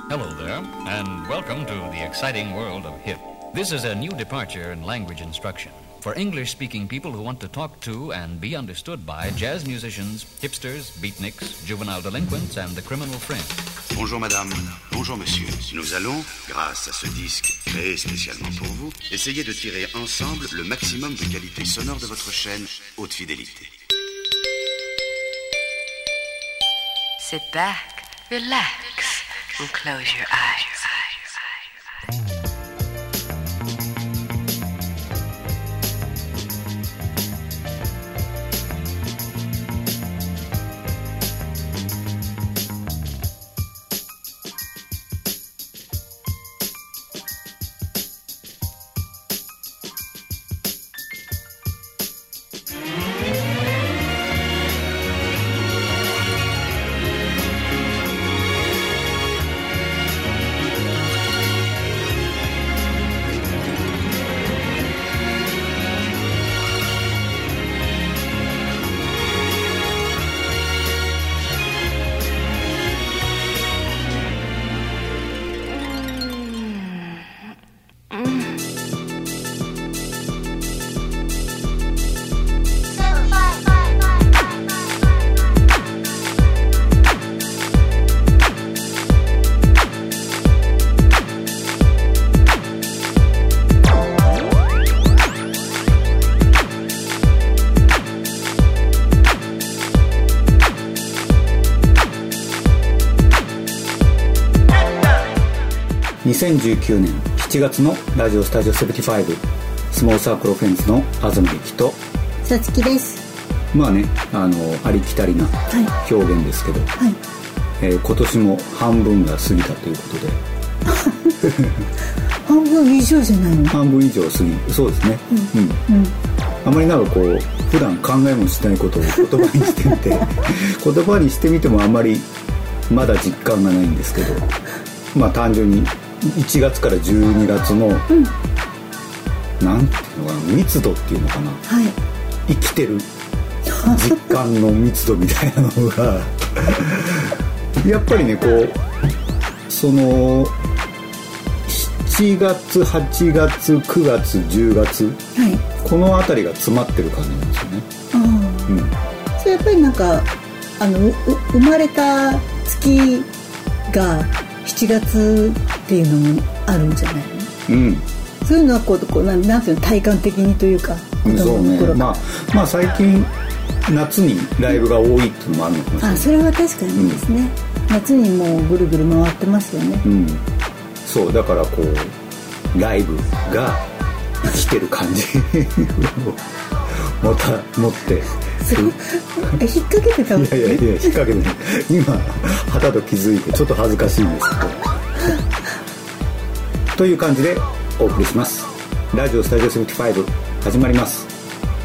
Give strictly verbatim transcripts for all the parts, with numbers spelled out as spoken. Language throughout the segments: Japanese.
Hello there, and welcome to the exciting world of hip. This is a new departure in language instruction for English-speaking people who want to talk to and be understood by jazz musicians, hipsters, beatniks, juvenile delinquents, and the criminal fringe. Bonjour madame, bonjour monsieur. Nous allons, grâce à ce disque créé spécialement pour vous, essayer de tirer ensemble le maximum de qualité sonore de votre chaîne haute fidélité. Sit back, relax, and close your eyes. にせんじゅうきゅうねんしちがつのラジオスタジオななじゅうごスモールサークルオフェンスの東力とさつきです。まあね、 あのありきたりな表現ですけど、はいえー、今年も半分が過ぎたということで半分以上じゃないの？ 半分以上過ぎ、そうですね、うんうんうん、あまりなんかこう普段考えもしないことを言葉にしてみて言葉にしてみてもあんまりまだ実感がないんですけど、まあ単純にいちがつからじゅうにがつの、うん、なんていうのかな、密度っていうのかな、はい、生きてる実感の密度みたいなのがやっぱりねこうそのしちがつはちがつくがつじゅうがつ、はい、このあたりが詰まってる感じなんですよね。あ、 うん、それやっぱりなんかあの生まれた月がしちがつっていうのもあるんじゃないの？うん、そういうのはこう、こうなん、なんていうの、体感的にというか、子供の頃、 そうね、まあ、まあ最近夏にライブが多いっていうのもあるのかもしれない。 あ、それは確かにですね、うん、夏にもうぐるぐる回ってますよね、うん、 そうだからこうライブが生きてる感じをまた持って引っ掛けてたもんね。 いやいやいや引っ掛けてない今はたと気づいてちょっと恥ずかしいんですけどという感じでお送りします。ラジオスタジオななじゅうご始まります。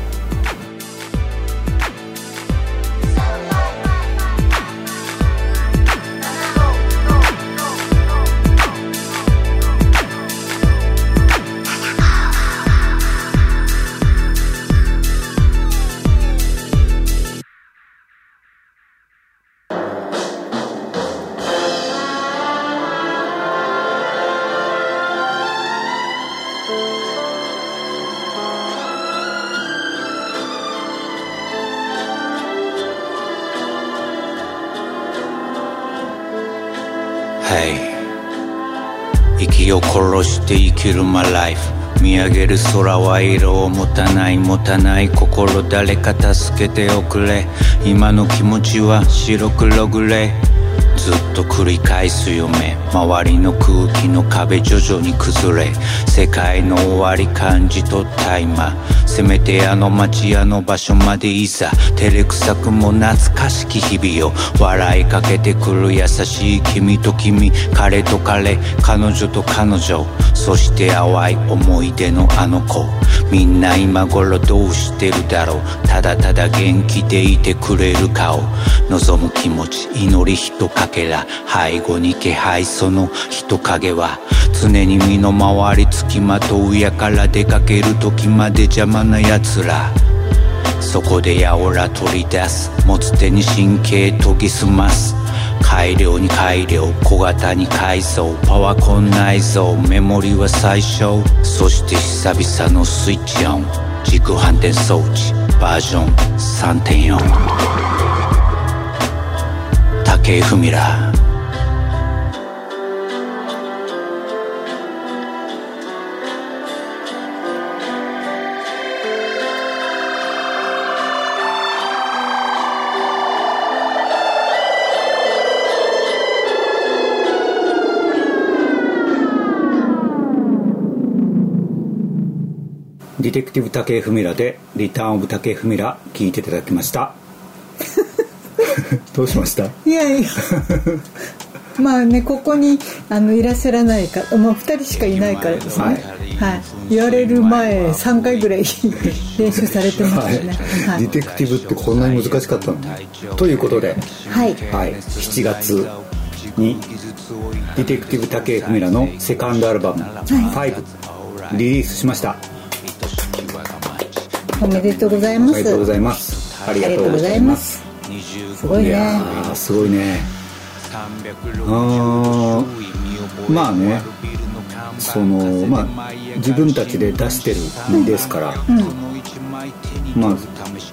息を殺して生きる My life 見上げる空は色を持たない持たない心誰か助けておくれ今の気持ちは白黒グレーずっと繰り返す夢周りの空気の壁徐々に崩れ世界の終わり感じ取った今せめてあの街あの場所までいざ照れくさくも懐かしき日々を笑いかけてくる優しい君と君彼と彼彼女と彼女そして淡い思い出のあの子みんな今頃どうしてるだろうただただ元気でいてくれるかを望む気持ち祈りひとかけら背後に気配その人影は常に身の回りつきまとうやから出かける時まで邪魔な奴らそこでやおら取り出す持つ手に神経研ぎ澄ます改良に改良小型に改装パワコン内蔵メモリは最小そして久々のスイッチオン軸反転装置バージョン さんてんよん 武井文良ディテクティブ武井文良でリターンオブ武井文良聞いていただきましたどうしました？ いやいやまあねここにあのいらっしゃらないか、まあ、ふたりしかいないからですね、はいはい、言われる前さんかいぐらい練習されてますよね、 はいはい、ディテクティブってこんなに難しかったのということで、 はいはい、しちがつにディテクティブ武井文良のセカンドアルバム、はい、ファイブリリースしました。 おめでとうございます。 おめでとうございます。ありがとうございます。 すごいね。いやすごいね。あまあね、そのまあ自分たちで出してる身ですから、うん、まあ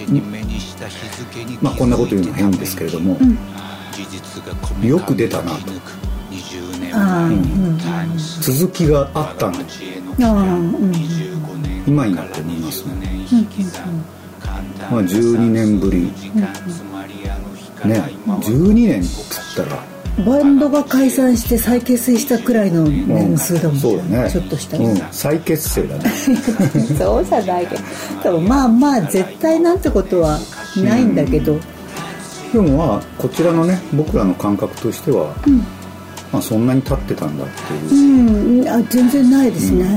まあこんなこと言うの変ですけれども、うん、よく出たなと。あ、うんうん、続きがあったんだ。あ、うん、今になって思いますね。うんうんうん、まあじゅうにねんぶり、うんうん、ね、じゅうにねんっつったらバンドが解散して再結成したくらいの年数だもん、うん、 そうだね、 ちょっとした、 うん、再結成だねそうじゃないけど、多分まあまあ絶対なんてことはないんだけど、 うん、でもまあこちらのね僕らの感覚としては、うん、まあ、そんなに経ってたんだっていう、 うん、あ全然ないですね、うん、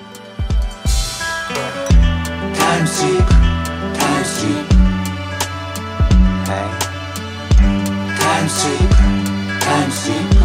Time sleep, time sleep, hey. Time sleep, time sleep.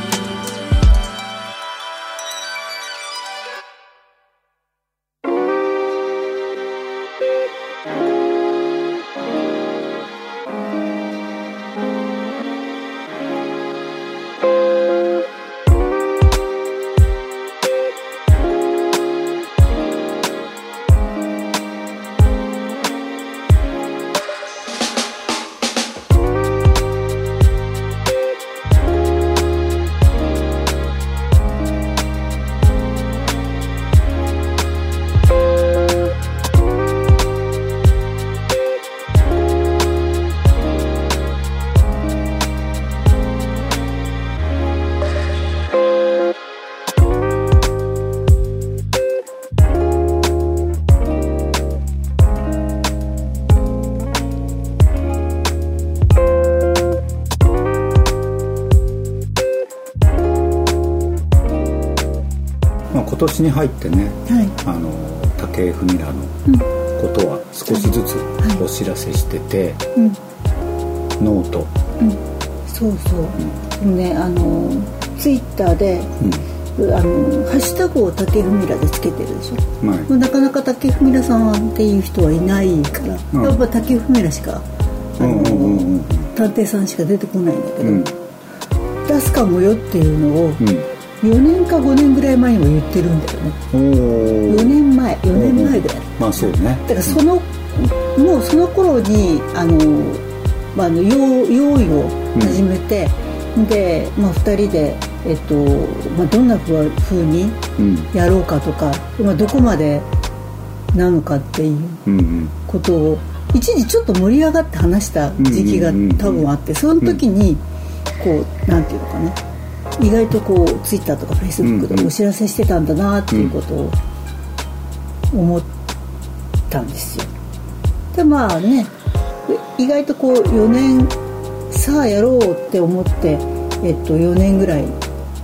今年に入ってね、はい、あの武井文良のことは少しずつお知らせしてて、うん、ノート、 うん、そうそう、うん、ね、あのツイッターで、うん、あのハッシュタグを武井文良でつけてるでしょ、はい、なかなか武井文良さんっていう人はいないから、うん、やっぱ武井文良しかあの、うんうんうん、探偵さんしか出てこないんだけど、うん、出すかもよっていうのを、うん、よねんかごねんぐらい前にも言ってるんだよね。およねんまえよねんまえぐらい、 まあそうね、 だからその、うん、もうその頃にあの、まあ、あの用意を始めて、うん、で、まあ、ふたりで、えっとまあ、どんなふうにやろうかとか、うん、まあ、どこまでなのかっていうことを一時ちょっと盛り上がって話した時期が多分あって、その時にこうなんていうのかね、意外とこうツイッターとかフェイスブックでお知らせしてたんだなっていうことを思ったんですよ。でまあね、意外とこうよねんさあやろうって思って、えっと、よねんぐらい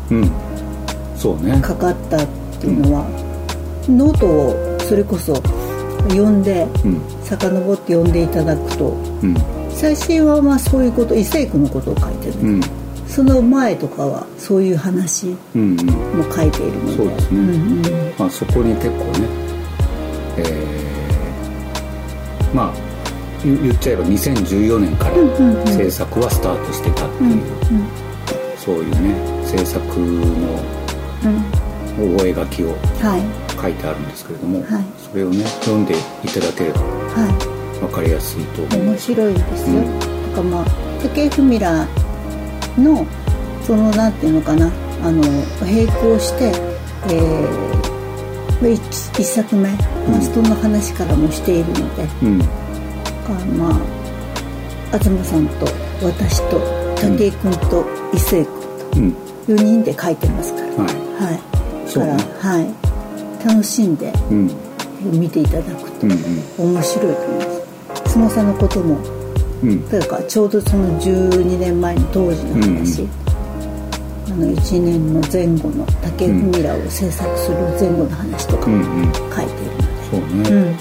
かかったっていうのは、うん、ノートをそれこそ読んで、うん、遡って読んでいただくと、うん、最新はまあそういうこと、異性句のことを書いてる、うん、その前とかはそういう話も書いているので、 うんうん、そうですね、うんうん、まあ、そこに結構ね、えー、まあ言っちゃえばにせんじゅうよねんから制作はスタートしてたっていう、うんうん、そういうね制作の覚書を書いてあるんですけれども、はい、それをね読んでいただければ分かりやすいと思う、はい、面白いですよ、うん、だからまあ武井文良のそのなんていうのかなあの並行して、えー、一, 一作目、うん、人の話からもしているので、うん、まあ東さんと私と武井君と伊勢君とよにんで書いてますから、うん、はい、はい、だから、ね、はい、楽しんで見ていただくと面白いと思います。相撲さんのことも、うん、というかちょうどそのじゅうにねんまえの当時の話、うんうん、あのいちねんの前後の武井文良を制作する前後の話とかも書いているので、うんうん、そうね、うん、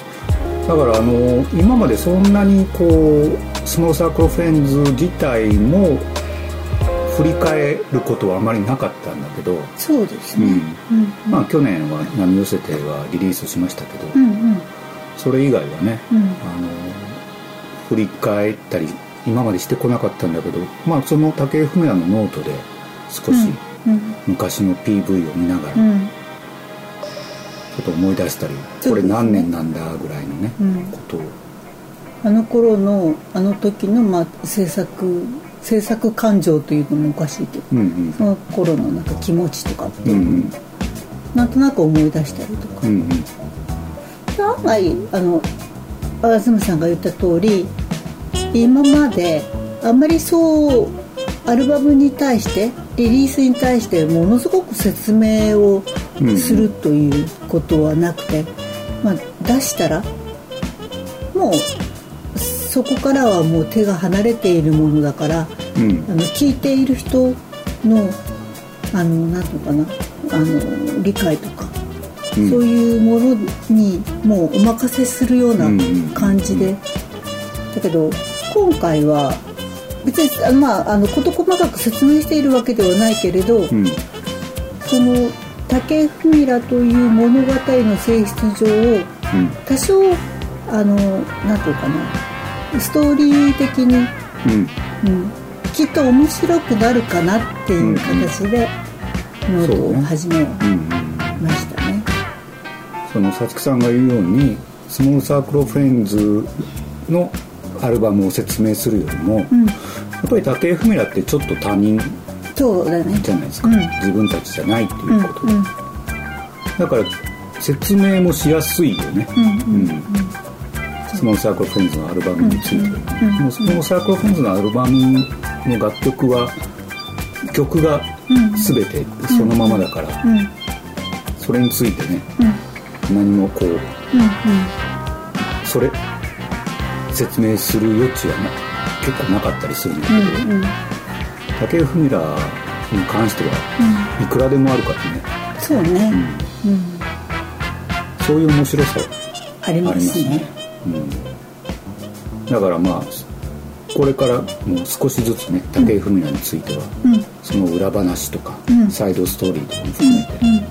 だからあの今までそんなにこうスモールサークルフレンズ自体も振り返ることはあまりなかったんだけど、 そうですね、うんうんうん、まあ去年は波寄せてはリリースしましたけど、うんうん、それ以外はね、うん、あの振り返ったり今までしてこなかったんだけど、まあその武井文良のノートで少し昔の ピーブイ を見ながら、うん、ちょっと思い出したり、これ何年なんだぐらいのね、うん、ことをあの頃のあの時のまあ制作制作感情というのもおかしいけど、うんうん、その頃のなんか気持ちとかって、うんうん、なんとなく思い出したりとか、うんうん、案外あの東さんが言った通り今まであんまりそうアルバムに対してリリースに対してものすごく説明をするということはなくて、まあ、出したらもうそこからはもう手が離れているものだから、うん、あの聞いている人のあのなんていうかなあの理解とか、うん、そういうものにもうお任せするような感じで、うんうんうん、だけど今回は別にあの、まあ、あの事細かく説明しているわけではないけれど、うん、その武井文良という物語の性質上、うん、多少あのなんていうかなストーリー的に、うんうん、きっと面白くなるかなっていう形でノートを始めましたね。 そのさつきさんが言うようにスモールサークルフレンズのアルバムを説明するよりも、うん、やっぱり武井文良ってちょっと他人じゃないですか、うん、自分たちじゃないっていうこと、うんうん、だから説明もしやすいよね、うんうんうん、スモールサークルフレンズのアルバムについて、うんうん、もうスモールサークルフレンズのアルバムの楽曲は曲が全てそのままだから、うんうん、それについてね、うん、何もこう、うんうん、それ説明する余地は、ね、結構なかったりするんだけど、うんうん、武井文良に関してはいくらでもあるからね、 うん、そうね、うんうん、 そういう面白さはありますね、 うん、だからまあこれからもう少しずつね武井文良については、うん、その裏話とか、うん、サイドストーリーとかも含めて、うんうんうん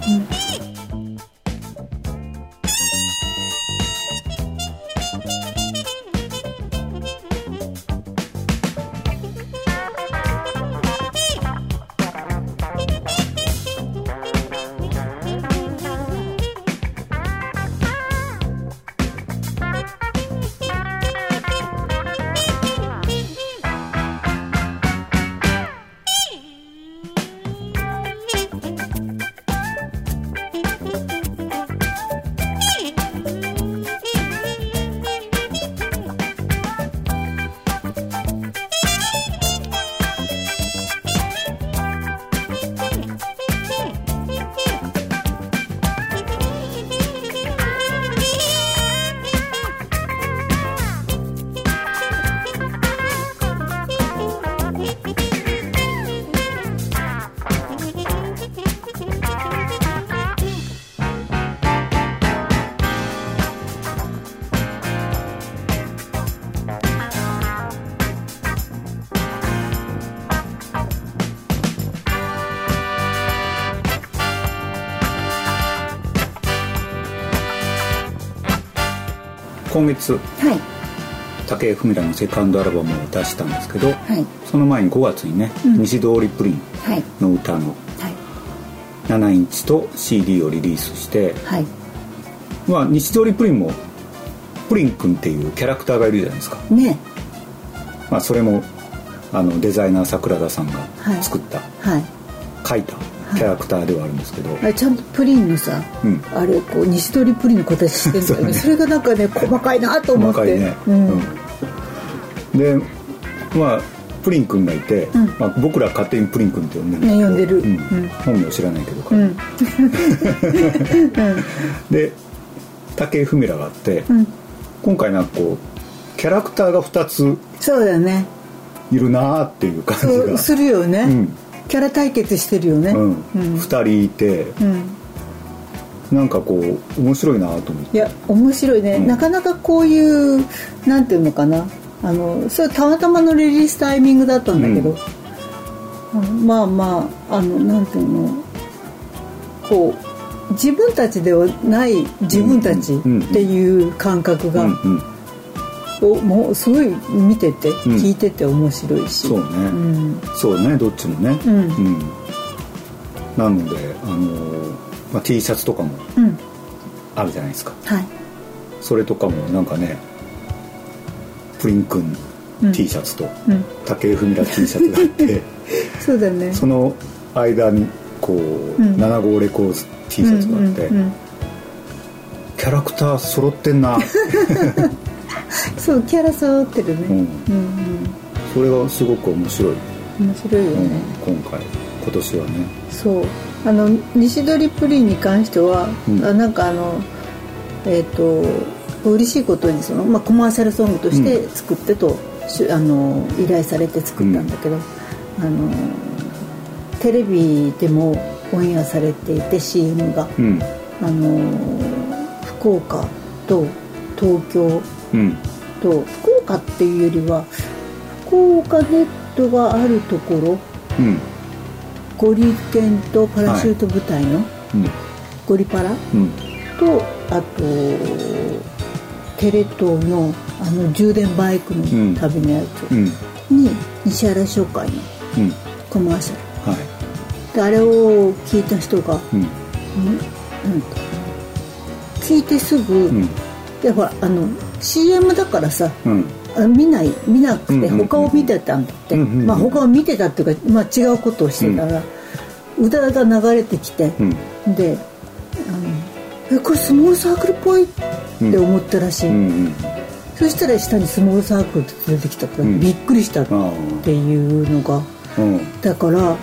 今月、 はい、 武井文良のセカンドアルバムを出したんですけど、 はい、 その前にごがつにね、うん、西通りプリンの歌のななインチと シーディー をリリースして、はい、まあ西通りプリンもプリンくんっていうキャラクターがいるじゃないですかね。 まあ、それもあのデザイナー桜田さんが作った、はいはい、描いたキャラクターではあるんですけど、 はい、ちゃんとプリンのさ、うん、あれこう西通りプリンの形してるんだよね。 そ, ねそれがなんかね細かいなと思って、細かいね、うんうん、でまあプリンくんがいて、うんまあ、僕ら勝手にプリンくんって呼んでるんですけど、ね、呼んでる、うんうん、本名知らないけどか、うん、で武井文良があって、うん、今回なんかこうキャラクターがふたつそうだねいるなーっていう感じがそうするよね、うん、キャラ対決してるよね、うんうん、ふたりいて、うん、なんかこう面白いなと思って。 いや面白いね、うん、なかなかこういうなんていうのかなあのそれたまたまのリリースタイミングだったんだけど、うん、まあまああのなんていうのこう自分たちではない自分たちっていう感覚が、うんうんうんおもうすごい見てて、うん、聞いてて面白いしそうね、うん、そうねどっちもね、うんうん、なので、あのーまあ、T シャツとかもあるじゃないですか、うんはい、それとかもなんかねプリンくん T シャツと、うん、武井文良 T シャツがあってそうだねその間にこう、うん、なな号レコーズ T シャツがあって、うんうんうん、キャラクター揃ってんなそうキャラ揃ってるね、うんうんうん、 それがすごく面白い面白いよね、 うん、今回今年はねそうあの西鳥プリンに関しては、うん、あなんかあのえっ、ー、と嬉しいことにその、まあ、コマーシャルソングとして作ってと、うん、あの依頼されて作ったんだけど、うん、あのテレビでもオンエアされていて シーエム が、うん、あの福岡と東京うん、と福岡っていうよりは福岡ネットがあるところ、うん、ゴリケンとパラシュート部隊の、はいうん、ゴリパラ、うん、とあとテレ東のあの充電バイクの旅のやつに、うん、西原商会のコマーシャル、はい、であれを聞いた人が、うんうん、なんか聞いてすぐ、うんやっぱあの シーエム だからさ、うん、見ない見なくて他を見てたんだって、うんうんうん、まあ他を見てたっていうか、まあ、違うことをしてたら、うん、歌が流れてきて、うん、であのえこれスモールサークルっぽいって思ったらしい、うんうんうん、そしたら下にスモールサークルって出てきたから、うん、びっくりしたっていうのが、うん、だから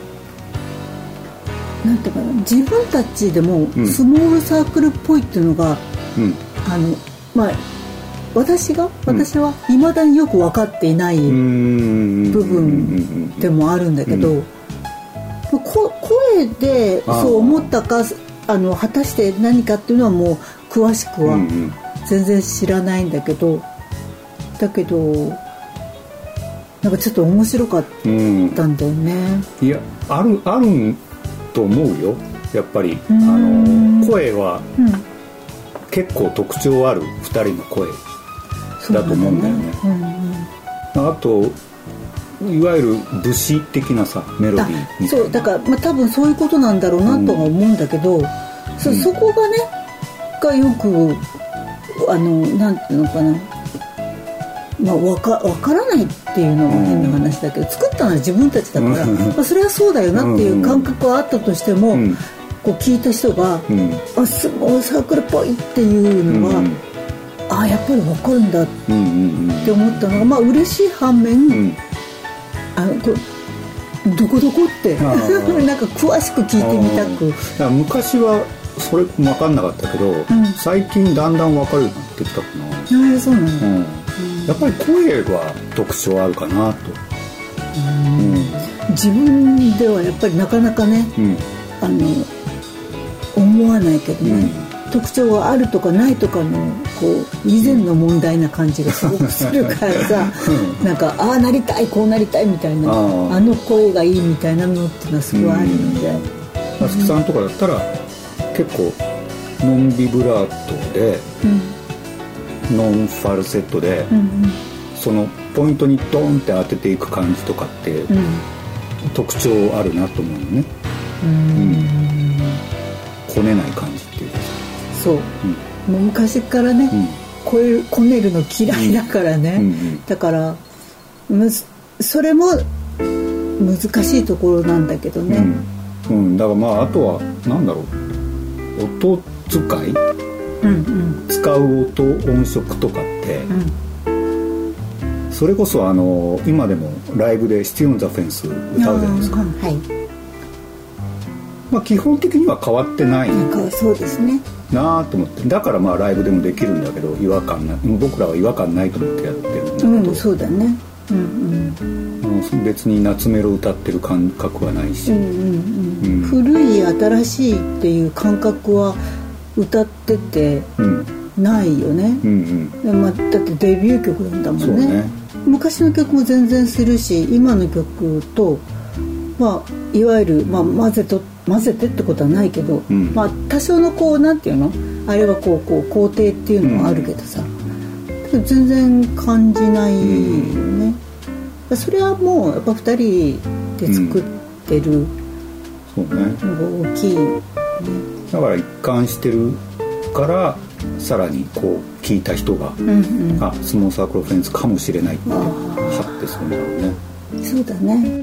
なんていうかな自分たちでもスモールサークルっぽいっていうのが、うんあのまあ、私が私は未だによく分かっていない部分でもあるんだけど、うん、声でそう思ったかあの果たして何かっていうのはもう詳しくは全然知らないんだけどだけどなんかちょっと面白かったんだよね、 うん、いやあるあると思うよやっぱりあの声は、うん結構特徴あるふたりの声だと思うんだよね、うんうん、あといわゆる武士的なさメロディーみたいなそうだから、まあ、多分そういうことなんだろうなとは思うんだけど、うん、そ, そこがねがよくあのなんていうのかなまあ、わか、わからないっていうのは変な話だけど、うん、作ったのは自分たちだから、うんまあ、それはそうだよなっていう感覚はあったとしても、うんこう聞いた人が、うん、あスモールサークルっぽいっていうのは、うん、あやっぱり分かるんだって思ったのが、まあ嬉しい反面、うん、あのこどこどこってなんか詳しく聞いてみたく昔はそれ分かんなかったけど、うん、最近だんだん分かるようになってきたかなあそうなの、うん、 やっぱり声は特徴あるかなと、 うんうん、自分ではやっぱりなかなかね、うん、あの思わないけどね、うん、特徴があるとかないとかのこう以前の問題な感じがすごくするからさ、うん、なんかああなりたいこうなりたいみたいな あ, あの声がいいみたいなのっていうのはすごいあるので松木、うん、さんとかだったら結構ノンビブラートで、うん、 ノンファルセットで、うんうん、そのポイントにドンって当てていく感じとかって、うん、特徴あるなと思うのね。うん、うん、こねない感じっていうかそう、うん、もう昔からね、うん、こえこねるの嫌いだからね、うんうんうん、だからむそれも難しいところなんだけどね、 うんうん、だからまああとはなんだろう音使い、うんうん、使う音音色とかって、うん、それこそあの今でもライブでシティオンザフェンス歌うじゃないですか、はい、まあ、基本的には変わってないそうですねなと思って、だからまあライブでもできるんだけど違和感ない、僕らは違和感ないと思ってやってるんだけど、 うん、そうだね、うんうん、別に夏メロ歌ってる感覚はないし、うんうんうんうん、 古い新しいっていう感覚は歌っててないよね、うんうん、まあ、だってデビュー曲なんだもん ね, そうね昔の曲も全然するし今の曲と、まあ、いわゆる、まあ、混ぜと混ぜてってことはないけど、うん、まあ、多少のこうなんていうのあれはこうこう工程っていうのもあるけどさ、うん、全然感じないよね、うん、それはもうやっぱふたりで作ってるのが大きい、ね、 だから一貫してるからさらにこう聞いた人が、うんうん、あスモーサークルフェンスかもしれないってはってするんだろうね。 そうだね。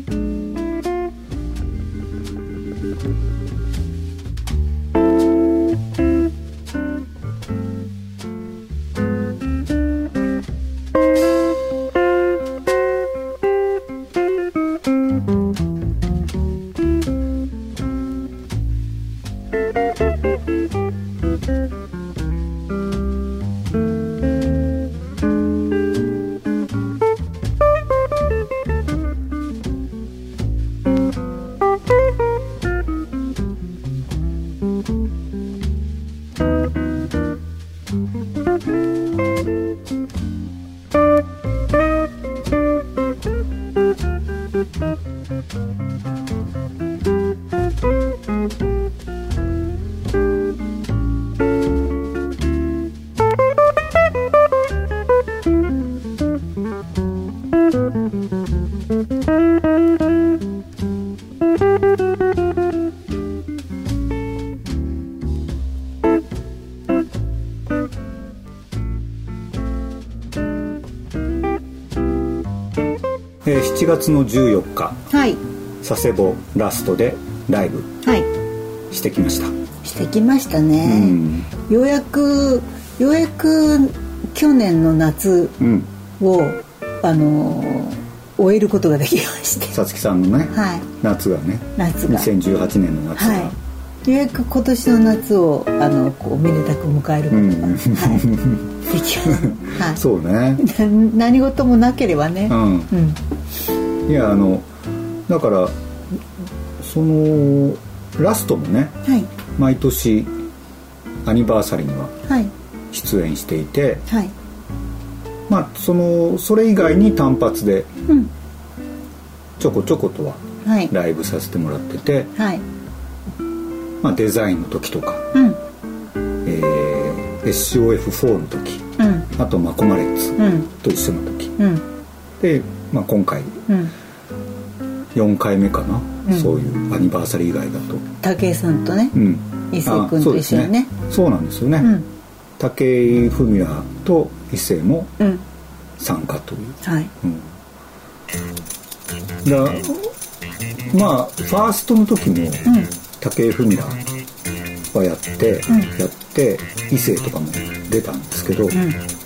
しちがつのじゅうよっか、はい、佐世保ラストでライブしてきました、はい、 してきましたね、うん、ようやくようやく去年の夏を、うん、あの終えることができましてさつきさんのね、はい、夏がね夏がにせんじゅうはちねんの夏が、はい、 ようやく今年の夏をあのこうめでたく迎えることが、うんはい、できます、はい、 そうね何事もなければね、うんうんいやあのだからそのラストもね、はい、毎年アニバーサリーには出演していて、はい、まあそのそれ以外に単発でちょこちょことはライブさせてもらってて、はいまあ、デザインの時とか、うんえー、エスシーオーエフフォー の時、うん、あとマコマレッツと一緒の時、うん、でまあ、今回、うん、よんかいめかな、うん、そういうアニバーサリー以外だと武井さんとね、うん、伊勢君と一緒にねそうなんですよね、うん、武井文也と伊勢も参加という、うんはいうん、だまあファーストの時も、うん、武井文也はやって、うん、やって伊勢とかも出たんですけど、うん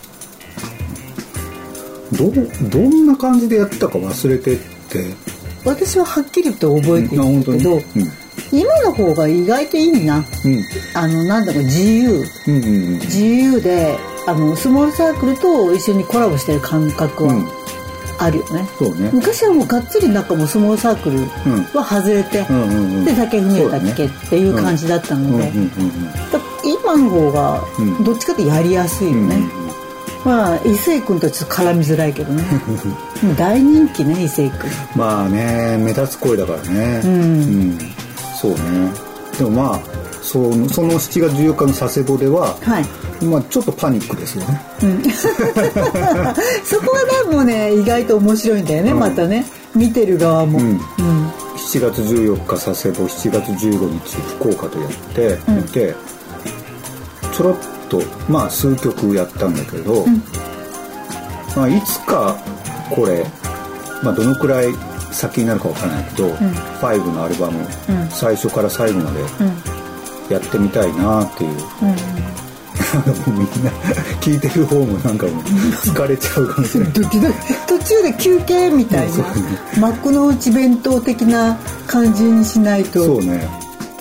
ど, どんな感じでやってたか忘れてって私ははっきりと覚えてるんだけど、うん、今の方が意外といいな、うん、あのなんだか自由、うんうんうん、自由であのスモールサークルと一緒にコラボしてる感覚はあるよね、うんそうね昔はもうがっつりなんかもうスモールサークルは外れて、うんうんうん、で竹文也だっけっていう感じだったので、うんうんうんうん、今の方がどっちかってやりやすいよね、うんうんまあ伊勢君とちょっと絡みづらいけどねもう大人気ね伊勢君まあね目立つ声だからね、うんうん、そうねでもまあその、そのしちがつじゅうよっかの佐世保では、はい、まあ、ちょっとパニックですよね、うん、 そこはねもうね意外と面白いんだよね、うん、またね見てる側も、うんうん、 しちがつじゅうよっか佐世保、しちがつじゅうごにち福岡とやってみて、うん、ちょろっとまあ数曲やったんだけど、うん、まあ、いつかこれ、まあ、どのくらい先になるかわからないけど、うん、ファイブのアルバム、うん、最初から最後までやってみたいなっていう、うん、もうみんな聞いてる方もなんかもう疲れちゃうかもしれない途中で休憩みたいな、ね、幕の内弁当的な感じにしないと。 そうね。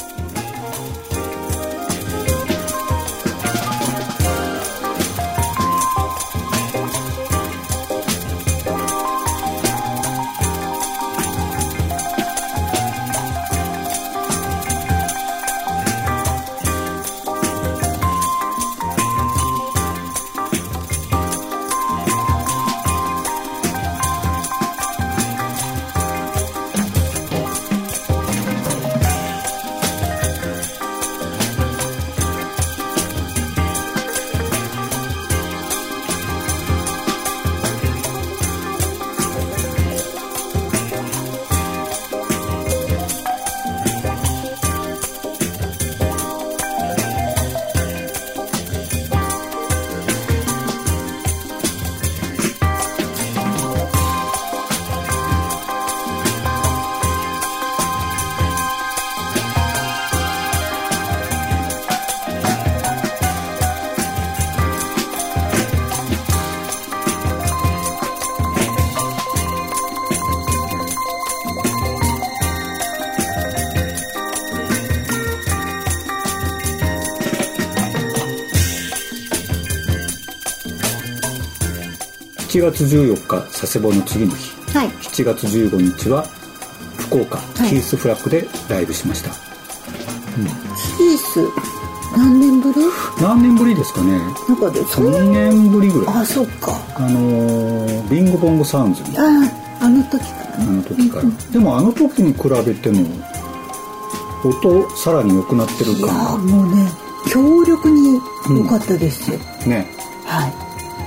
しちがつじゅうよっか佐世保の次の日、はい、しちがつじゅうごにちは福岡、はい、キースフラッグでライブしました、 うん、キース何年ぶり？ 何年ぶりですかね。 なんかでさんねんぶりぐらい。 あ、そうか。 あのー、ビンゴボンゴサウンズにああの時から、ね、 あの時から、うん、でもあの時に比べても音さらに良くなってるかな。いやもうね強力に良かったですよ、 うん、ね、 はい、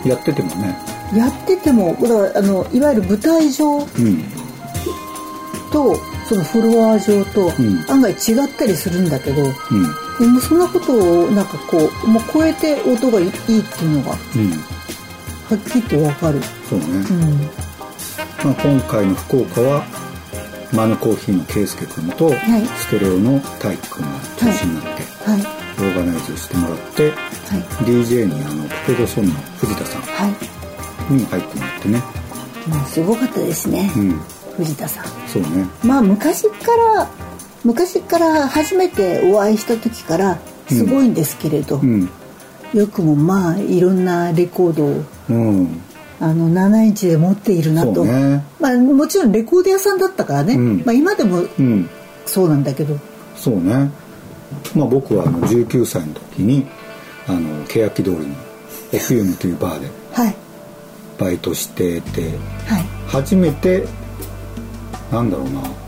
やっててもねやっててもだからあのいわゆる舞台上、うん、とそのフロア上と、うん、案外違ったりするんだけど、うん、もうそんなことをなんかこうもう超えて音がいいっていうのが、うん、はっきりと分かる。 そうね、うん、まあ、今回の福岡はマヌコーヒーの圭介君と、はい、ステレオの大輝君が中心になって、はいはい、オーガナイズしてもらって、はい、ディージェー にあのプペドソンの藤田さん、はいに入ってもらってね、 もうすごかったですね、うん、藤田さん。 そうね。 まあ昔から昔から初めてお会いした時からすごいんですけれど、うんうん、よくもまあいろんなレコードを、うん、あのななインチで持っているなと、そうね、まあ、もちろんレコード屋さんだったからね、うん、まあ、今でもそうなんだけど、 そうね、まあ、僕はあのじゅうきゅうさいの時にあの欅通りのオフィウムというバーで、はい、バイトしてて、はい、初めてなんだろう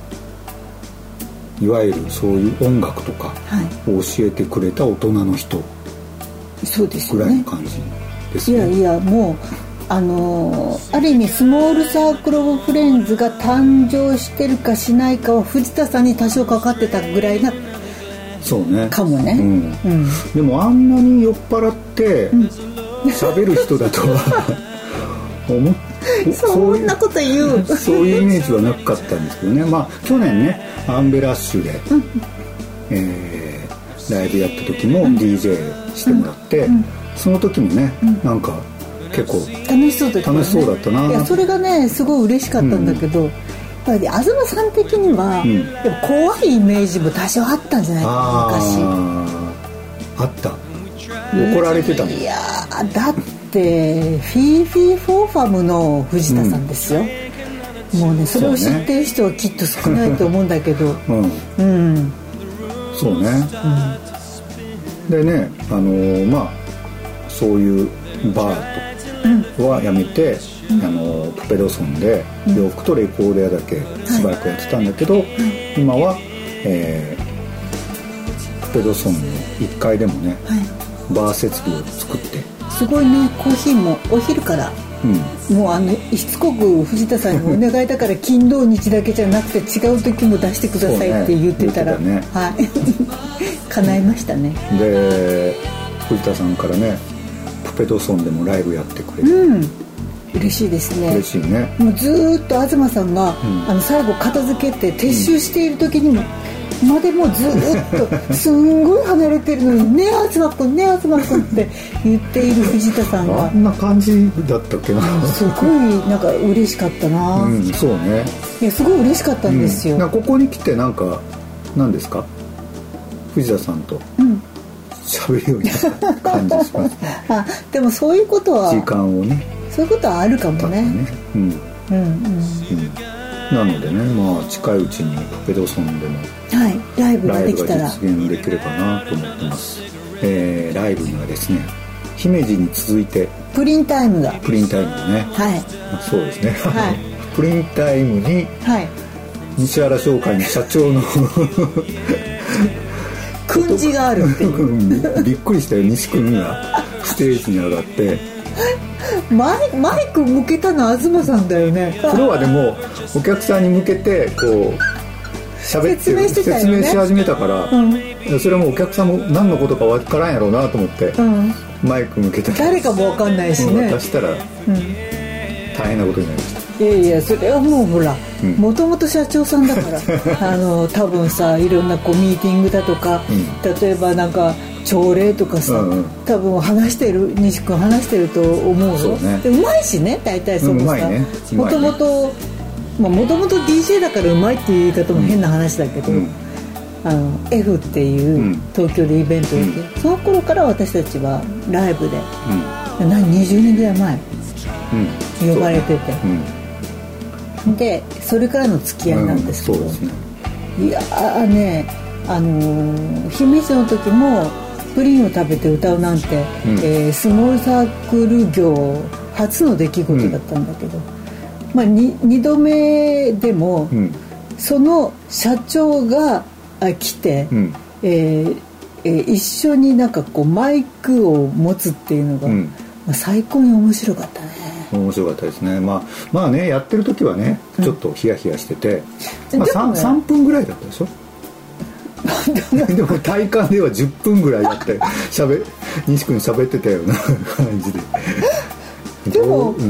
ないわゆるそういう音楽とかを教えてくれた大人の人ぐらいの感じですね。 いやいやもうあのー、ある意味スモールサークルオブフレンズが誕生してるかしないかは藤田さんに多少かかってたぐらいなそうねかもね、うんうん、でもあんなに酔っ払って喋る人だとは思っそんなこと言うそういうイメージはなかったんですけどね。まあ去年ねアンベラッシュで、うん、えー、ライブやった時も ディージェー してもらって、うん、その時もね、うん、なんか結構楽しそうだった、ね、 楽しそうだったな。 いやそれがねすごい嬉しかったんだけど、うん、やっぱり東さん的には、うん、でも怖いイメージも多少あったんじゃないかな昔。 あった怒られてたもん。 いやだってフィーフィーフォーファムの藤田さんですよ、うん、もうねそれを知ってる人はきっと少ないと思うんだけどうん、うん、 そうね、うん、でねあのー、まあそういうバーとはやめて、うん、あのプペドソンで洋服とレコード屋だけしばらくやってたんだけど、うん、今は、えー、 プペドソンのいっかいでもね、 はい、 バー設備を作って、 すごいね。コーヒーもお昼から、うん、もうあのしつこく藤田さんにお願いだから金土日だけじゃなくて違う時も出してくださいって言ってたら、ねね、はい叶いましたね。 で藤田さんからね、プペドソンでもライブやってくれて、うん、 嬉しいですね。 嬉しいね。 もうずっと東さんが、うん、あの最後片付けて撤収している時にも、うん、までもずっとすんごい離れてるのにねえ東君ねえ東君って言っている藤田さんがあんな感じだったっけな。 すごいなんか嬉しかったな、 うん、そうね。 いやすごい嬉しかったんですよ、 うん、ここに来てなんか何ですか、藤田さんと喋るようになった感じしますねあでもそういうことは時間をね、 そういうことはあるかもね。 ね、うん、うんうんうん、なのでね、まあ近いうちにプペドソンでも、 はい、ライブができたら実現できればなと思ってます。えー、ライブにはですね、姫路に続いてプリンタイムがプリンタイムがね、 はい、 そうですね、 はい、 プリンタイムに、はい、西原商会の社長の訓示があるっていうびっくりしたよ。西君がステージに上がってマイ、マイク向けたのは東さんだよね。 それはでもお客さんに向けてこう喋ってる、説明してたよね、説明し始めたから、うん、それもお客さんも何のことか分からんやろうなと思って、うん、マイク向けたら誰かも分かんないしね、 渡したら、うん、大変なことになりました。 いやいや、それはもうほらもともと社長さんだからあの多分さ、いろんなこうミーティングだとか、うん、例えばなんか朝礼とかさ、うんうん、多分話してる、西君話してると思うよ。そうね、でうまいしね、大体そのさ、もともともともと ディージェー だからうまいっていう言い方も変な話だけど、うん、あの F っていう東京でイベントをやって、うん、その頃から私たちはライブで、うん、何にじゅうねんぐらい前、うん、呼ばれてて、うん、でそれからの付き合いなんですけど、うん、そうですね、いやーね、あのー、姫路の時もプリンを食べて歌うなんて、うん、えー、スモールサークル業初の出来事だったんだけど、うん、まあ、に, にどめでも、うん、その社長が来て、うん、えーえー、一緒になんかこうマイクを持つっていうのが、うん、まあ、最高に面白かったね。 面白かったですね。まあ、まあね、やってる時はねちょっとヒヤヒヤしてて、うん、まあ、3, さんぷんぐらいだったでしょでも体感ではじゅっぷんぐらいやってしゃべ西君喋ってたような感じででも、うん、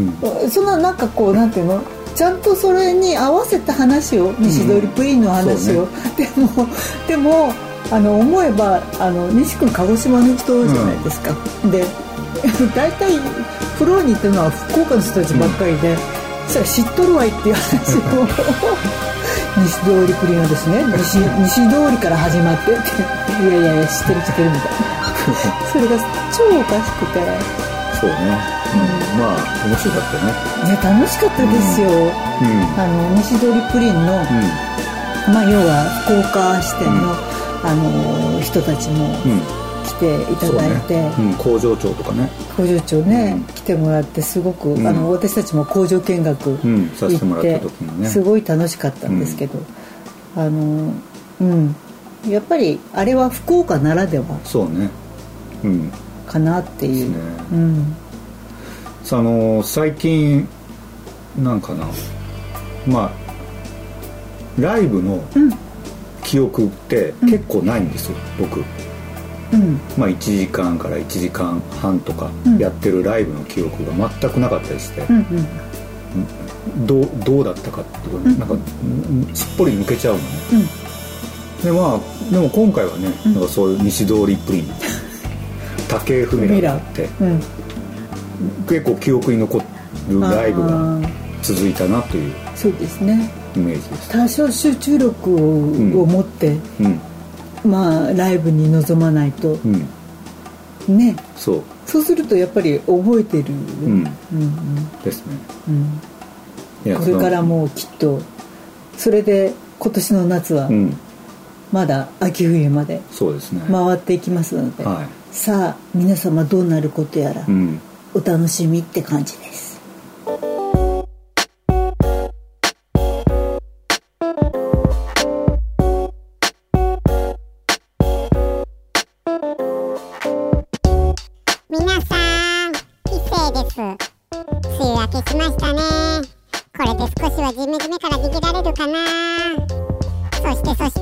そのなんかこうなんていうの、ちゃんとそれに合わせた話を、西通りプリンの話を、うん、でもでもあの思えばあの西君鹿児島の人じゃないですか、うん、で大体フローに行ってるのは福岡の人たちばっかりで、うん、それ知っとるわいっていう話を西通りプリンはですね、西, 西通りから始まってっていやいやいや知ってる知ってるみたいなそれが超おかしくて、 そうね、うん、まあ面白かったね。 いや楽しかったですよ、うんうん、あの西通りプリンの、うん、まあ要は福岡支店の、うん、あの人たちも、うん、来ていただいて、ね、うん、 工場長とかね、 工場長ね、うん、来てもらってすごく、うん、あの私たちも工場見学行って、うん、 させてもらった時にね、 すごい楽しかったんですけど、うん、あのうんやっぱりあれは福岡ならでは、 そうね、うん、 かなっていう、ね、うん、 あの最近なんかな、まあライブの記憶って結構ないんですよ、うん、僕、うん、まあいちじかんからいちじかんはんとかやってるライブの記憶が全くなかったりして、うんうん、ど, うどうだったかっていう、うん、なんかすっぽり抜けちゃうのね、うん、でまあでも今回はね、うん、なんかそういう西通りプリン竹井文があって、うん、結構記憶に残るライブが続いたなという、 そうですね、 イメージです。 多少集中力 を,、うん、を持って、うん、まあライブに臨まないと、うん、ね、 そうそうするとやっぱり覚えてる、うんうんうん、 ですね、 うん、いやこれからもうきっとそれで今年の夏はまだ秋冬まで回っていきますので、はい、さあ皆様どうなることやら、うん、お楽しみって感じです。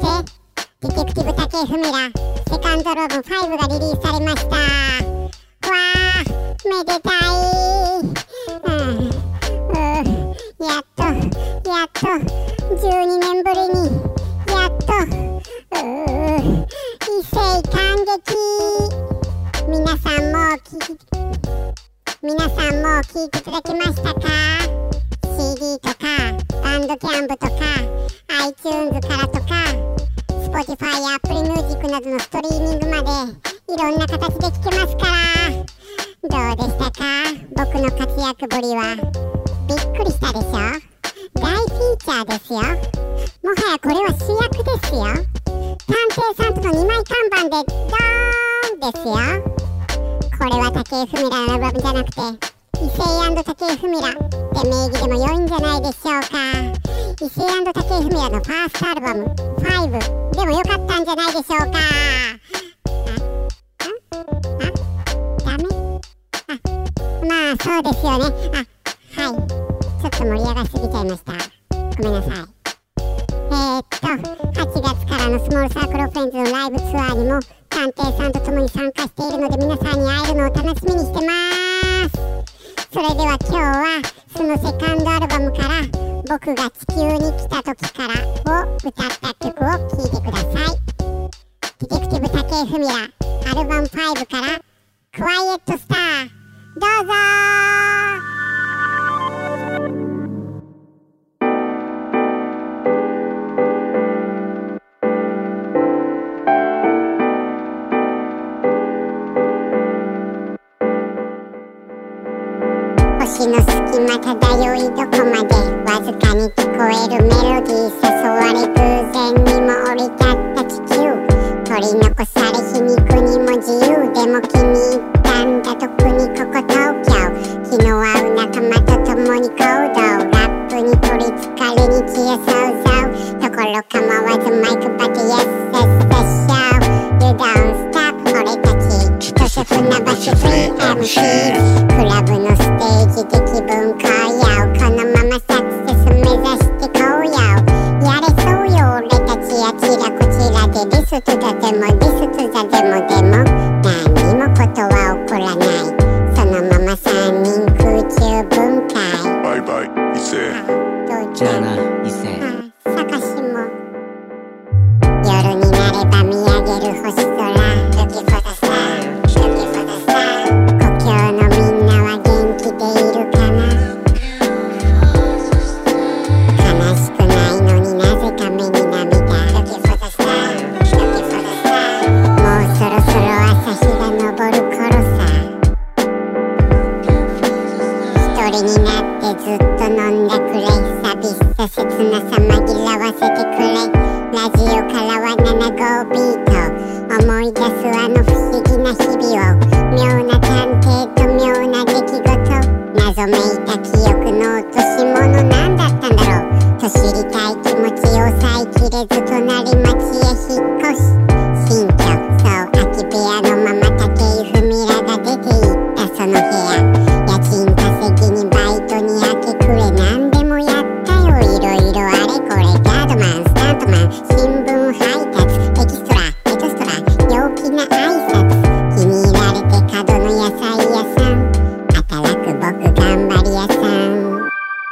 ディテクティブ竹井文良セカンドアルバムファイブがリリースされました。わーめでたい、うん、うやっとやっとじゅうにねんぶりにやっとう異性感激。皆さんも聞き皆さんも聞いていただけましたか？ シーディー とかバンドキャンプとか iTunes からとか Spotify や Apple Music などのストリーミングまでいろんな形で聴けますから。どうでしたか？僕の活躍ぶりは。びっくりしたでしょ？大フィーチャーですよ。もはやこれは主役ですよ。探偵さんとのにまい看板でドーンですよ。これは竹井文良のアルバムじゃなくて異性竹井文良って名義でも良いんじゃないでしょうか。異性竹井文良のファーストアルバムファイブでも良かったんじゃないでしょうか。あ、あ、ダメ？あ、まあそうですよね。あ、はい、ちょっと盛り上がりすぎちゃいました。ごめんなさい。えー、っとはちがつからのスモールサークルフレンズのライブツアーにも探偵さんと共に参加しているので皆さんに会えるのを楽しみにしてます。それでは今日はそのセカンドアルバムから僕が地球に来た時からを歌った曲を聴いてください。ディテクティブ竹井文良アルバムファイブからクワイエットスターどうぞー。星の隙間漂いどこまでわずかに聞こえるメロディー誘われ偶然にも降り立った地球取り残され皮肉にも自由でも気に入ったんだ特にここ東京気の合う仲間と共に行動ラップに取りつかれ日夜想像ところ構わずマイクバテ Yes that's the show You don't stop 俺たち千歳船橋フリー エムシー クラブのステージで気分変えようこのままサクセス目指してこうよやれそうよ俺たちあちらこちらでリストだでもリストだでもでも何もことは起こらないそのままさんにん空中分解バイバイ伊勢じゃあな伊勢サカシも夜になれば見上げる星空 Looking for the star Looking for the star 故郷のみんなは元気でいるかな悲しくないのになぜか目に涙 Looking for the star Looking for the star もうそろそろ朝日が昇る頃さ一人になってずっと飲んだくれ寂しさ切なさ紛らわせてくれラジオからはななごビート思い出すあの不思議な日々を妙な探偵と妙な出来事謎めいた記憶の落とし物なんだったんだろうと知りたい気持ちを抑えきれず隣町へ引っ越し新居そう空き部屋のまま竹井文良が出て行ったその部屋家賃稼ぎにバイトに明け暮れ何でもやったよいろいろあれこれガードマンスタントマン新聞配達エキストラエクストラ陽気な挨拶気に入られて角の野菜屋さん働く僕頑張り屋さん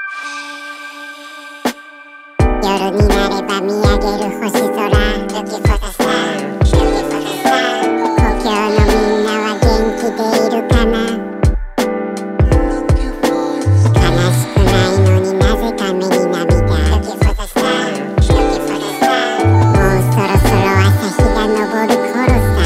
夜になれば見上げる星空 Looking for the star Looking for the star 故郷のみんなは元気でいるかな悲しくないのになぜか目に涙 Looking for the star Looking for the star もうそろそろ朝日が昇る頃さ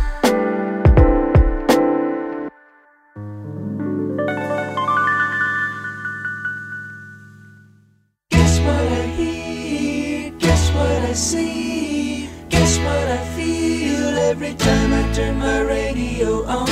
Guess what I hear, guess what I see, guess what I feel every time I turn my radio on.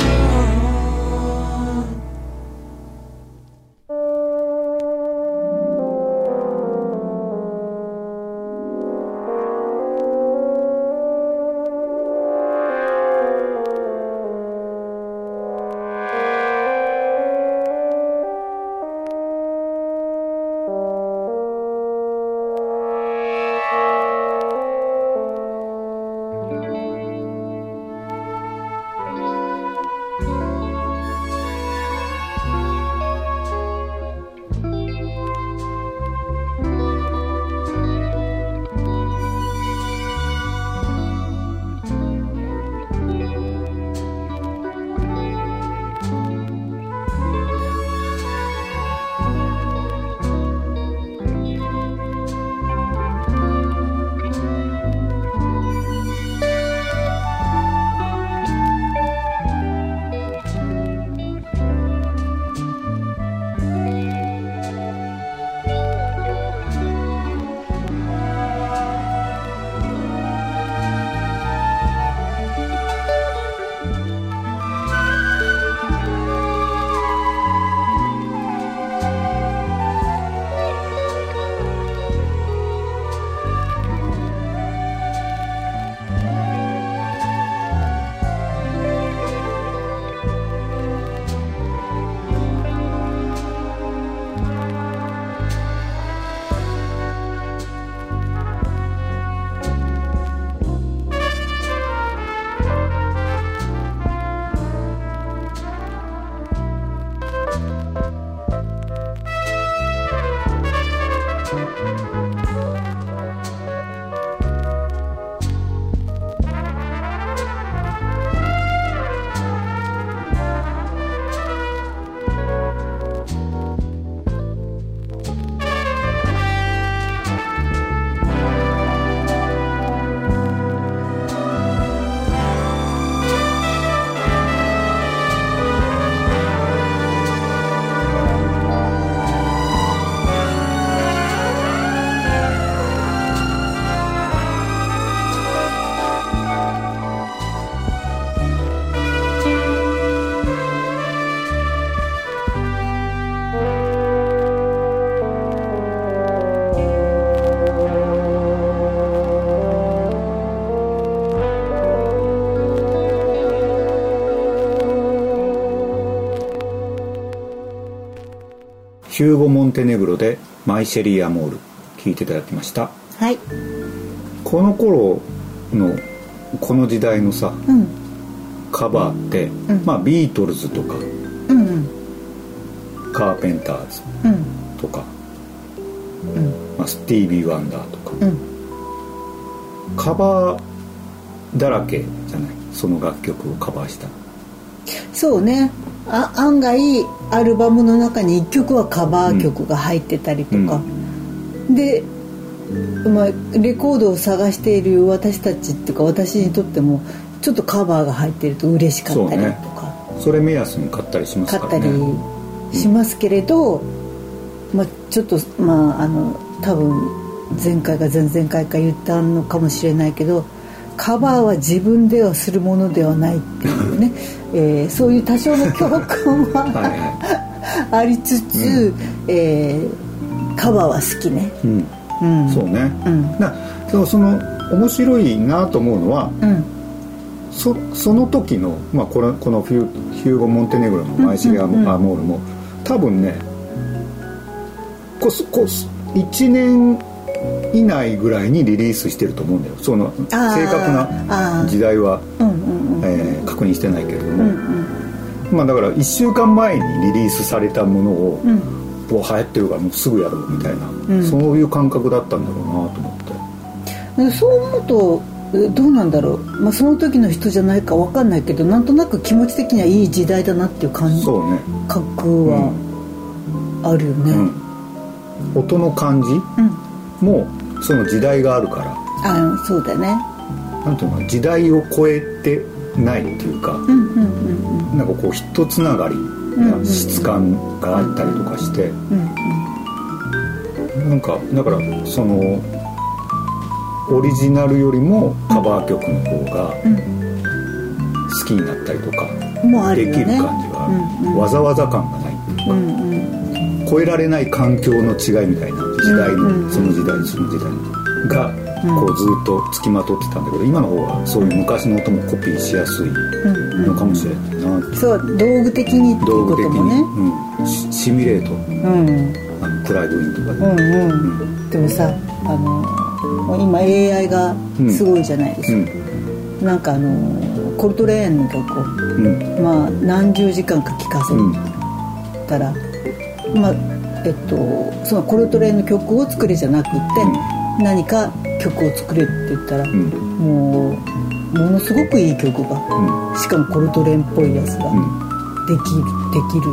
ヒューゴ・モンテネグロでマイシェリー・アモール聴いていただきました。 はい。 この頃のこの時代のさ、うん、カバーって、うん、まあビートルズとか、うんうん、カーペンターズとか、うんまあ、スティービー・ワンダーとか、うん、カバーだらけじゃない、その楽曲をカバーした。 そうね、あ案外アルバムの中にいっきょくはカバー曲が入ってたりとか、うん、で、まあ、レコードを探している私たちっていうか私にとってもちょっとカバーが入ってると嬉しかったりとかそ,、ね、それ目安に買ったりしますからね。 買ったりしますけれど、うんまあ、ちょっとまああの多分前回か前々回か言ったのかもしれないけど、カバーは自分ではするものではないっていうね、えー、そういう多少の教訓はありつつ、うんえー、カバーは好きね、 うんうん、そうね、うん、だその、その面白いなと思うのは、うん、そ, その時の、まあ、この、このヒュー、ヒューゴ・モンテネグロのマイシェリー・アモールも多分ねここいちねん以内ぐらいにリリースしてると思うんだよ。その正確な時代は、うんうんうんえー、確認してないけれども、うんうんまあ、だからいっしゅうかんまえにリリースされたものを、うん、流行ってるからもうすぐやろうみたいな、うん、そういう感覚だったんだろうなと思って。 そう思うとどうなんだろう、まあ、その時の人じゃないか分かんないけどなんとなく気持ち的にはいい時代だなっていう感覚はあるよね、うんうん、音の感じ、うんもうその時代があるから、 あそうだね。 なんていうの時代を超えてないっていうか、うんうんうんうん、なんかこう一つながりな質感があったりとかして、うんうん、なんかだからそのオリジナルよりもカバー曲の方が好きになったりとかできる感じがある、うんうん、わざわざ感がないっていうか、うんうん、超えられない環境の違いみたいな時代の、うんうん、その時代その時代がこうずっと付きまとってたんだけど、今の方はそういう昔の音もコピーしやすいのかもしれないな、うんうん、 そう道具的にっていうこともね、 うん、シ, シミュレート、うん、あのクライブインとかで、うんうんうん、でもさあの今 エーアイ がすごいじゃないですか、うん、なんかあのコルトレーンの曲を、うん、まあ何十時間か聴かせたら、うん、まあえっとそのコルトレーンの曲を作れじゃなくって、うん、何か曲を作れって言ったら、うん、もうものすごくいい曲が、うん、しかもコルトレーンっぽいやつができる、うん、できる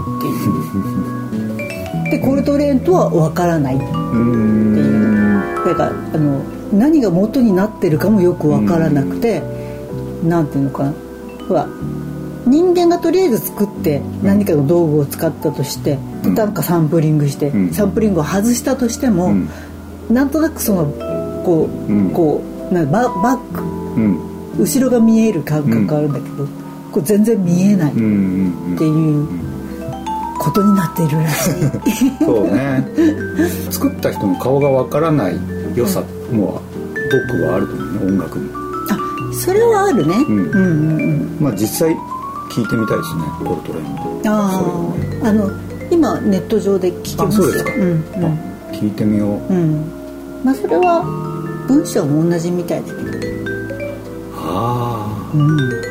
っていうでコルトレーンとは分からないっていうだからあの何が元になってるかもよく分からなくて、うん、なんていうのかなほら人間がとりあえず作って何かの道具を使ったとして、うん、なんかサンプリングして、うん、サンプリングを外したとしても、うん、なんとなくそのこう、うん、こうなんか バ, バック、うん、後ろが見える感覚があるんだけど、うん、こう全然見えないっていうことになっているらしいそうね作った人の顔がわからない良さも僕はあると思うね、音楽に。 あ、それはあるね、うんうんうんうん、 まあ実際聞いてみたいですね、コルトレーンの。 ああ、あの今ネット上で聞けますよ。 あ、そうですか、うんうん、聞いてみよう、 うんまあ、それは文章も同じみたいだけど。 はあ、 うん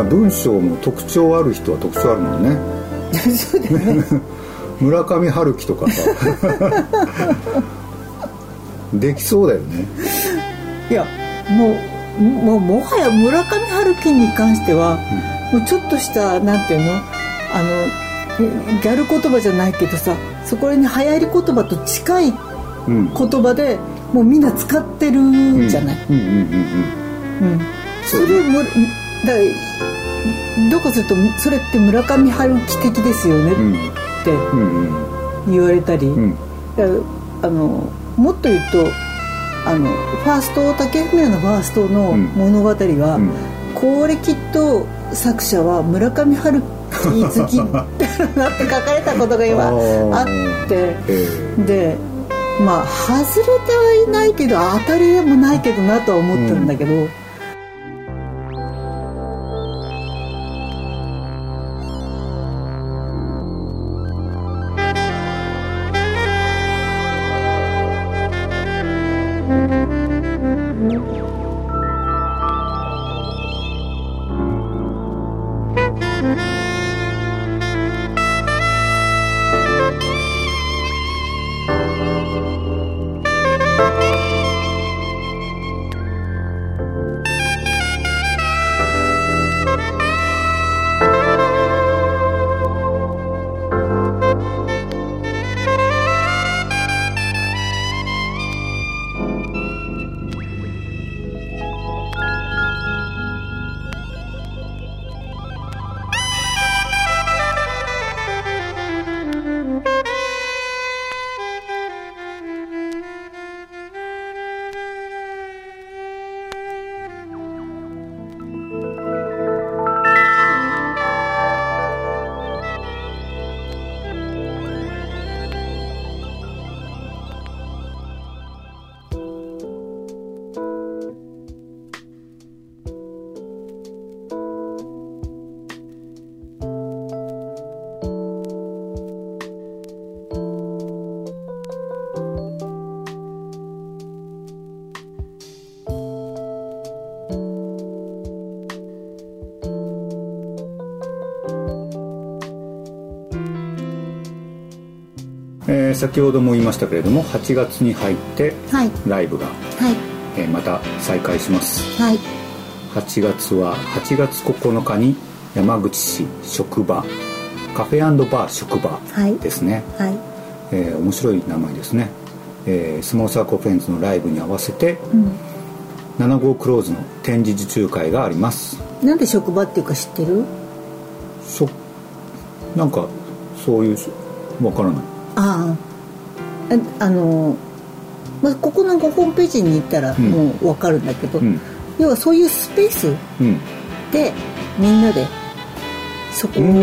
文章も特徴ある人は特徴あるもんねそうだね村上春樹とかさできそうだよね。 いやもうもうもはや村上春樹に関しては、うん、もうちょっとしたなんていうのあのギャル言葉じゃないけどさ、そこに流行り言葉と近い言葉で、うん、もうみんな使ってるじゃない。それもだからどうかするとそれって村上春樹的ですよねって言われたり、うん、あのもっと言うとあのファースト竹文のファーストの物語は、うんうん、これきっと作者は村上春樹好きだなって書かれたことが今あってでまあ外れてはいないけど当たりでもないけどなとは思ったんだけど、うんえー、先ほども言いましたけれどもはちがつに入ってライブが、はいえー、また再開します、はい、はちがつははちがつここのかに山口市職場カフェ&バー職場ですね、はいはいえー、面白い名前ですね、えー、スモールサーコーフェンズのライブに合わせて、うん、なな号クローズの展示受注会があります。 なんで職場っていうか知ってる？ しょなんかそういうわからない。 ああ、あの、まあ、ここのホームページに行ったらもう分かるんだけど、うん、要はそういうスペースでみんなでそこを、うんうん、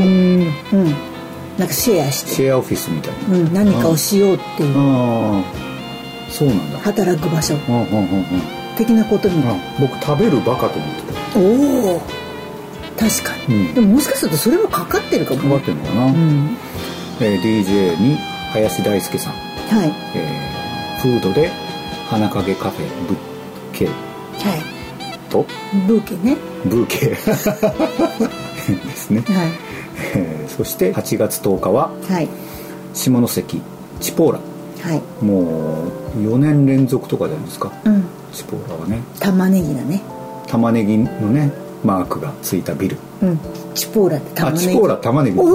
なんかシェアしてシェアオフィスみたいな、 うん、何かをしようっていうああそうなんだ働く場所的なことみたい。 僕食べるバカと思ってた。 おお確かに、うん、でももしかするとそれもかかってるかも、 かかってるのかな、うんえー、ディージェー に林大輔さん、はいえー、フードで花影カフェブッケ、はい、とブーケねブーケですね、はいえー、そしてはちがつとおかは、はい、下関チポーラ、はい、もうよねん連続とかじゃないですか、うん、チポーラはね玉ねぎだね玉ねぎのねマークがついたビル、うん、 チポーラって玉ねぎ。 あチポーラ玉ねぎ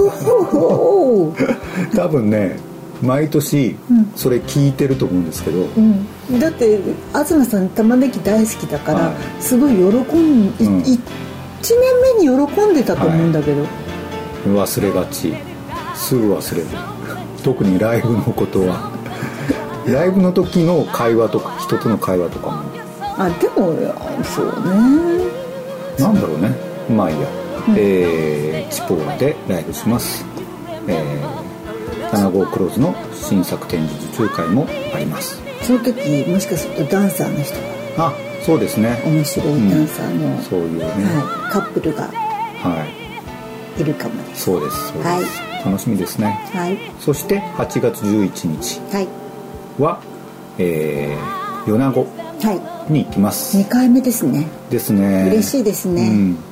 多分ね毎年それ聞いてると思うんですけど、うんうん、 だって東さん玉ねぎ大好きだから、はい、すごい喜んで、うん、いちねんめに喜んでたと思うんだけど、はい、 忘れがちすぐ忘れる特にライブのことはライブの時の会話とか人との会話とかもあでもそうねなんだろうねまあいいや、うんえー、チポーラでライブします、えー、なな号クローズの新作展示受注会もあります。 その時もしかするとダンサーの人があそうですね面白いダンサーの、 うん、そういうね、 はい、カップルがいるかもです、 はい、そうですそうです、はい、楽しみですね、はい、そしてはちがつじゅういちにちは、はいえー、米子に行きます、 はい、にかいめですねですね嬉しいですね、うん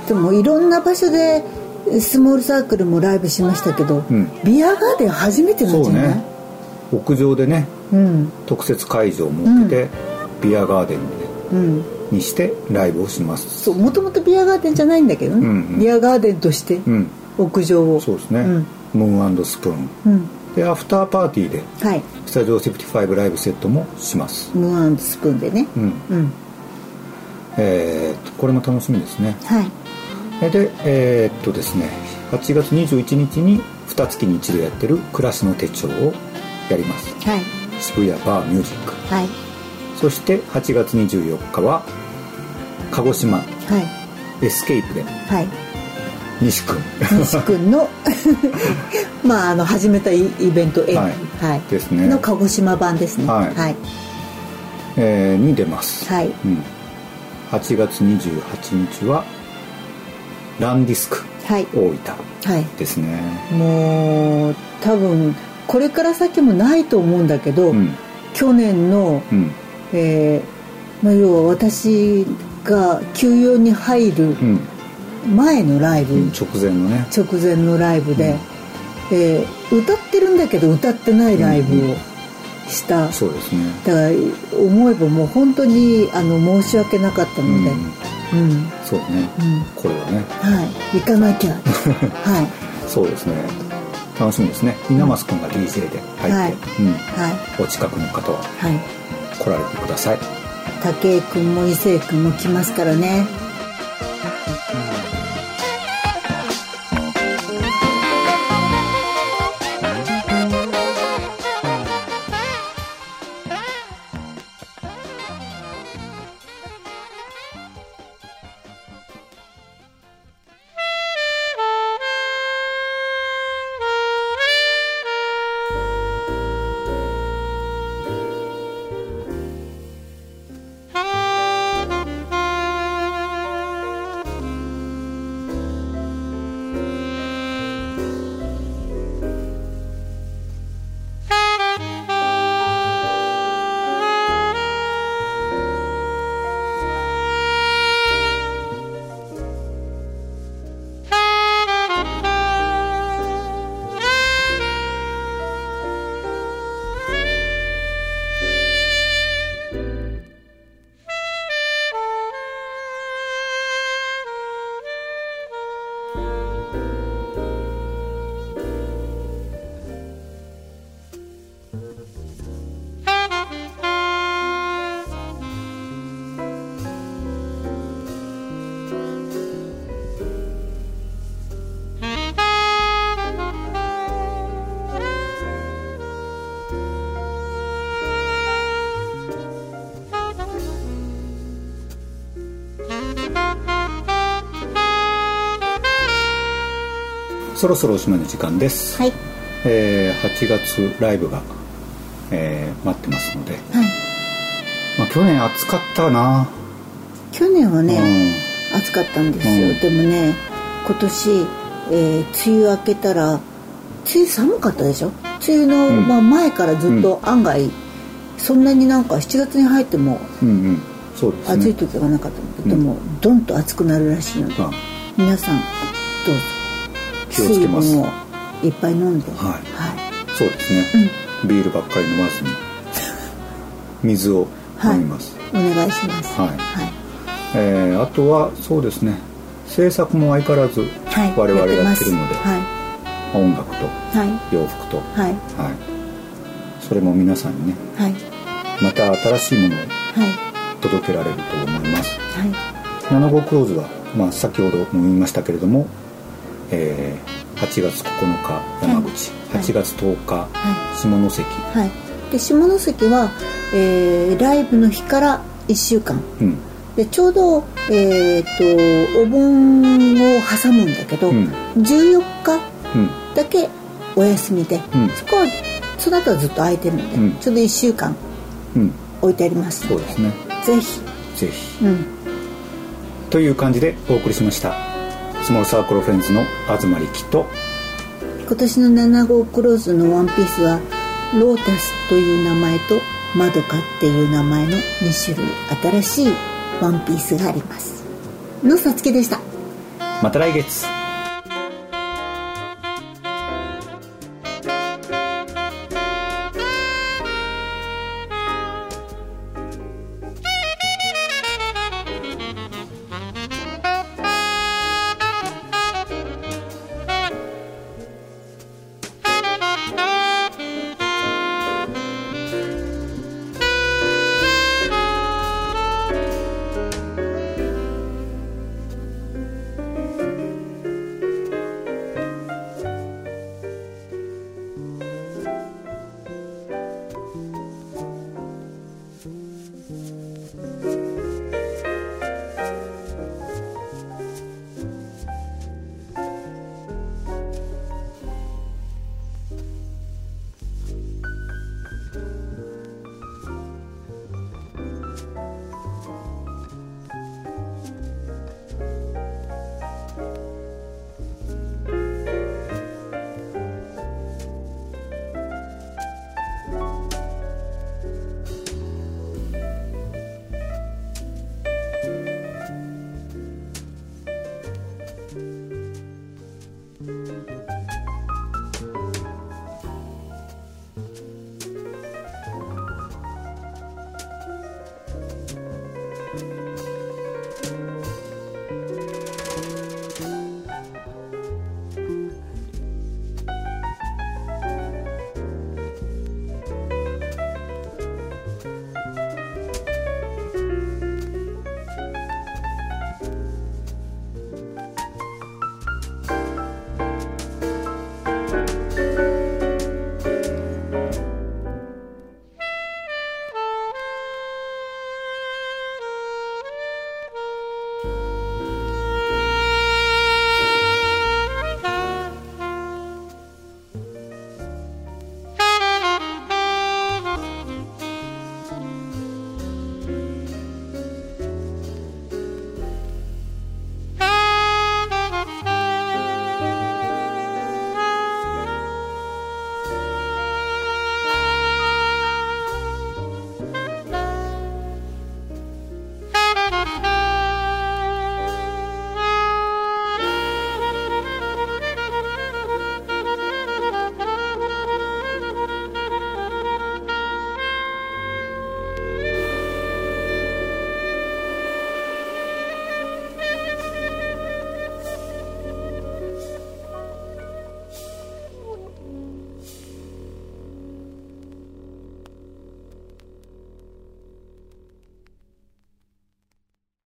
でもいろんな場所でスモールサークルもライブしましたけど、うん、ビアガーデン初めてなんじゃない？そうね、 屋上でね、うん、特設会場を設けて、うん、ビアガーデンで、うん、にしてライブをします。 そう、もともとビアガーデンじゃないんだけどね、うんうん、ビアガーデンとして屋上を、 そうですね、うん、ムーン&スプーン、うん、でアフターパーティーで、はい、スタジオななじゅうごライブセットもします。 ムーン&スプーンでね、うんうん、 えー、これも楽しみですね。 はい。 で、えー、っとですねはちがつにじゅういちにちににがつに一度やってる暮らしの手帳をやります、 はい、 渋谷バーミュージック、 はい、 そしてはちがつにじゅうよっかは鹿児島、はい、エスケープで、はい、西くん西くんのまああの始めたイベント N、はいはい、 ですね、 の鹿児島版ですね、 はいはい、えー、に出ます、 はい、うん、 はちがつにじゅうはちにちはランディスク、はい、大分ですね、 はい、もう多分これから先もないと思うんだけど、うん、去年の、うん、えーまあ、要は私が休養に入る前のライブ、うん、 直前のね直前のライブで、うん、えー、歌ってるんだけど歌ってないライブをした、うんうん、 そうですね、 だから思えばもう本当にあの申し訳なかったので、 うんうん、そうね、うん、これはね、 はい、行かなきゃはい、 そうですね、楽しみですね。稲増くんが ディージェー で入って、はい、うんはい、お近くの方は来られてください。 武井くんも伊勢くんも来ますからね。 そろそろおしまいの時間です、はい、えー、はちがつライブが、えー、待ってますので、はい、まあ、去年暑かったな。 去年はね、うん、暑かったんですよ、うん、でもね今年、えー、梅雨明けたら梅雨寒かったでしょ。梅雨の、うん、まあ、前からずっと案外、うん、そんなになんかしちがつに入っても、うんうん、そうですね、暑い時がなかったので、うん、でもドンと暑くなるらしいので、うん、皆さんどうぞ気をつけます。 水分をいっぱい飲んで、はいはい、そうですね、うん、ビールばっかり飲まずに水を飲みます、 はい、お願いします、 はいはい、えー、あとはそうですね、制作も相変わらず我々やってるので、はい、音楽と洋服と、はいはい、それも皆さんにね、はい、また新しいものを届けられると思います、はい、なな号クローズは、まあ、先ほども言いましたけれども、えー、はちがつここのか山口、はい、はちがつとおか、はい、下関、 はい、で下関は、えー、ライブの日からいっしゅうかん、うん、でちょうど、えー、とお盆を挟むんだけど、うん、じゅうよっかだけお休みで、うん、そこはその後はずっと空いてるので、うん、ちょうどいっしゅうかん置いてありますので、 そうですね、 ぜひぜひ、うん、という感じでお送りしました。スモールサークルフレンズの東力と、 今年のなな号クローズのワンピースはロータスという名前とマドカっていう名前のにしゅるい新しいワンピースがありますのさつきでした。 また来月。